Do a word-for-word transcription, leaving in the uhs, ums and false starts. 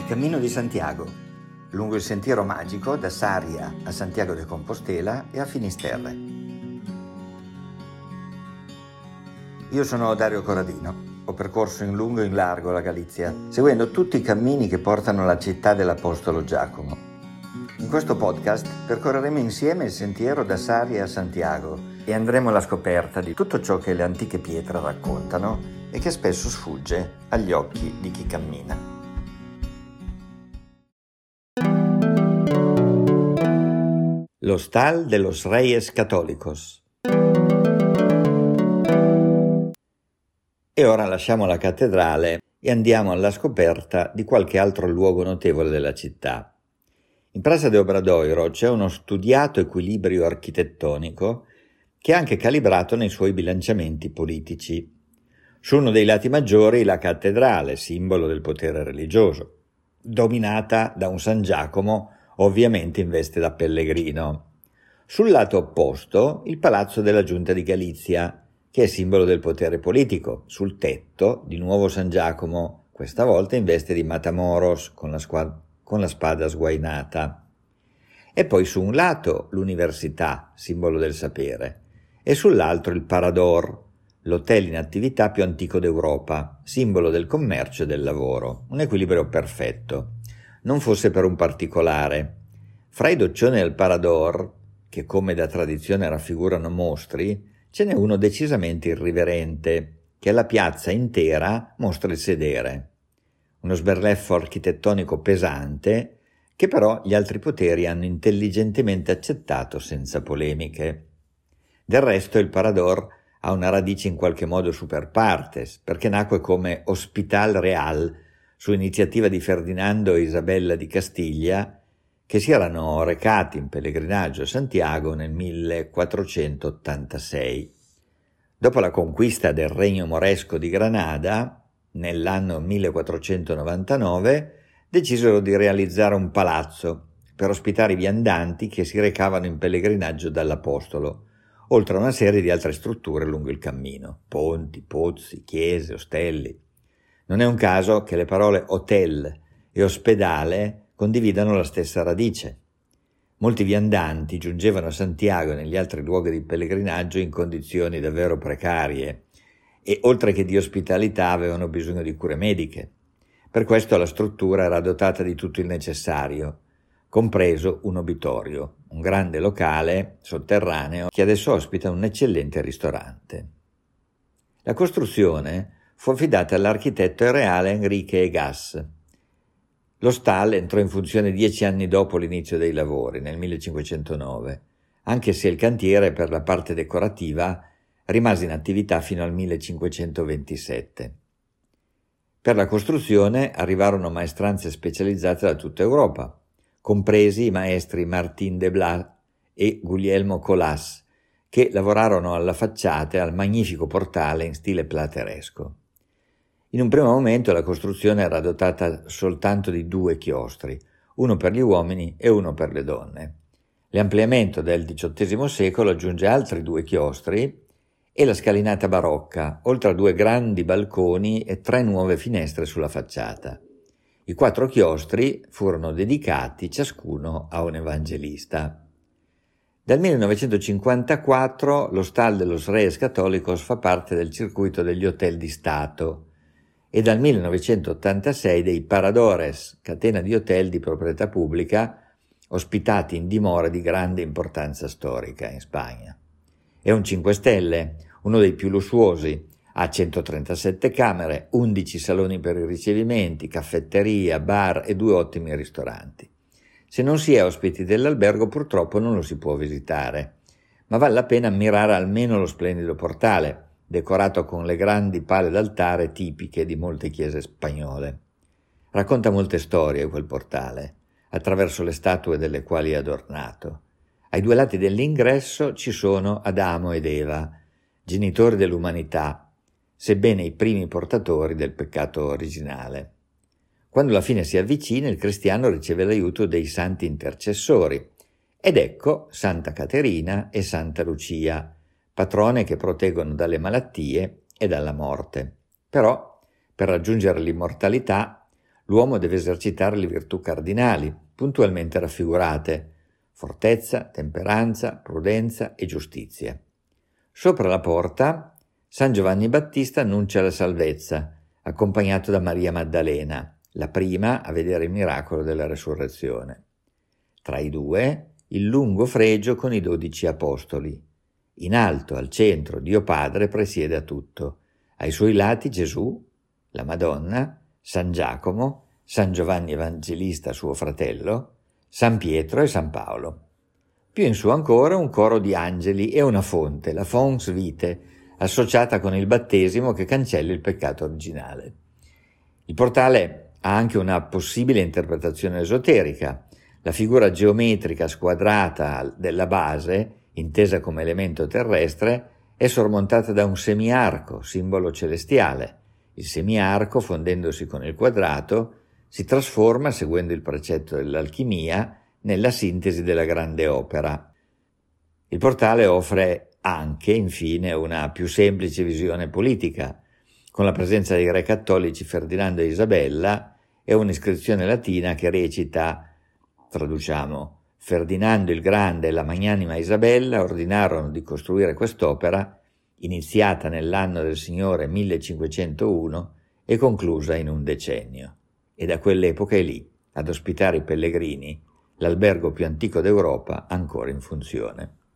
Cammino di Santiago, lungo il sentiero magico da Sarria a Santiago de Compostela e a Finisterre. Io sono Dario Corradino, ho percorso in lungo e in largo la Galizia, seguendo tutti i cammini che portano alla città dell'Apostolo Giacomo. In questo podcast percorreremo insieme il sentiero da Sarria a Santiago e andremo alla scoperta di tutto ciò che le antiche pietre raccontano e che spesso sfugge agli occhi di chi cammina. L'Hostal de los Reyes Católicos. E ora lasciamo la cattedrale e andiamo alla scoperta di qualche altro luogo notevole della città. In Praça de Obradoiro c'è uno studiato equilibrio architettonico che è anche calibrato nei suoi bilanciamenti politici. Su uno dei lati maggiori la cattedrale, simbolo del potere religioso, dominata da un San Giacomo ovviamente in veste da pellegrino. Sul lato opposto il palazzo della Giunta di Galizia, che è simbolo del potere politico. Sul tetto di nuovo San Giacomo, questa volta in veste di Matamoros con la, squa- con la spada sguainata. E poi su un lato l'università, simbolo del sapere, e sull'altro il Parador, l'hotel in attività più antico d'Europa, simbolo del commercio e del lavoro. Un equilibrio perfetto. Non fosse per un particolare. Fra i doccioni del Parador, che come da tradizione raffigurano mostri, ce n'è uno decisamente irriverente, che alla piazza intera mostra il sedere. Uno sberleffo architettonico pesante, che però gli altri poteri hanno intelligentemente accettato senza polemiche. Del resto il Parador ha una radice in qualche modo super partes, perché nacque come Hospital Real, su iniziativa di Ferdinando e Isabella di Castiglia, che si erano recati in pellegrinaggio a Santiago nel millequattrocentottantasei. Dopo la conquista del Regno Moresco di Granada, nell'anno millequattrocentonovantanove, decisero di realizzare un palazzo per ospitare i viandanti che si recavano in pellegrinaggio dall'Apostolo, oltre a una serie di altre strutture lungo il cammino, ponti, pozzi, chiese, ostelli. Non è un caso che le parole hotel e ospedale condividano la stessa radice. Molti viandanti giungevano a Santiago e negli altri luoghi di pellegrinaggio in condizioni davvero precarie e, oltre che di ospitalità, avevano bisogno di cure mediche. Per questo la struttura era dotata di tutto il necessario, compreso un obitorio, un grande locale sotterraneo che adesso ospita un eccellente ristorante. La costruzione fu affidata all'architetto reale Enrique Egas. L'Hostal entrò in funzione dieci anni dopo l'inizio dei lavori, nel millecinquecentonove, anche se il cantiere per la parte decorativa rimase in attività fino al millecinquecentoventisette. Per la costruzione arrivarono maestranze specializzate da tutta Europa, compresi i maestri Martín de Blas e Guglielmo Colás, che lavorarono alla facciata e al magnifico portale in stile plateresco. In un primo momento la costruzione era dotata soltanto di due chiostri, uno per gli uomini e uno per le donne. L'ampliamento del diciottesimo secolo aggiunge altri due chiostri e la scalinata barocca, oltre a due grandi balconi e tre nuove finestre sulla facciata. I quattro chiostri furono dedicati ciascuno a un evangelista. Dal millenovecentocinquantaquattro l'Hostal de los Reyes Católicos fa parte del circuito degli hotel di Stato e dal millenovecentottantasei dei Paradores, catena di hotel di proprietà pubblica ospitati in dimore di grande importanza storica in Spagna. È un cinque stelle, uno dei più lussuosi, ha centotrentasette camere, undici saloni per i ricevimenti, caffetteria, bar e due ottimi ristoranti. Se non si è ospiti dell'albergo purtroppo non lo si può visitare, ma vale la pena ammirare almeno lo splendido portale, decorato con le grandi pale d'altare tipiche di molte chiese spagnole. Racconta molte storie quel portale, attraverso le statue delle quali è adornato. Ai due lati dell'ingresso ci sono Adamo ed Eva, genitori dell'umanità, sebbene i primi portatori del peccato originale. Quando la fine si avvicina, il cristiano riceve l'aiuto dei santi intercessori, ed ecco Santa Caterina e Santa Lucia, patrone che proteggono dalle malattie e dalla morte. Però, per raggiungere l'immortalità, l'uomo deve esercitare le virtù cardinali, puntualmente raffigurate: fortezza, temperanza, prudenza e giustizia. Sopra la porta, San Giovanni Battista annuncia la salvezza, accompagnato da Maria Maddalena, la prima a vedere il miracolo della resurrezione. Tra i due, il lungo fregio con i dodici apostoli. In alto, al centro, Dio Padre presiede a tutto. Ai suoi lati Gesù, la Madonna, San Giacomo, San Giovanni Evangelista suo fratello, San Pietro e San Paolo. Più in su ancora un coro di angeli e una fonte, la Fons Vitae, associata con il battesimo che cancella il peccato originale. Il portale ha anche una possibile interpretazione esoterica. La figura geometrica squadrata della base, intesa come elemento terrestre, è sormontata da un semiarco, simbolo celestiale. Il semiarco, fondendosi con il quadrato, si trasforma, seguendo il precetto dell'alchimia, nella sintesi della grande opera. Il portale offre anche, infine, una più semplice visione politica, con la presenza dei re cattolici Ferdinando e Isabella e un'iscrizione latina che recita, traduciamo, Ferdinando il Grande e la magnanima Isabella ordinarono di costruire quest'opera, iniziata nell'anno del Signore millecinquecentouno e conclusa in un decennio. E da quell'epoca è lì, ad ospitare i pellegrini, l'albergo più antico d'Europa ancora in funzione.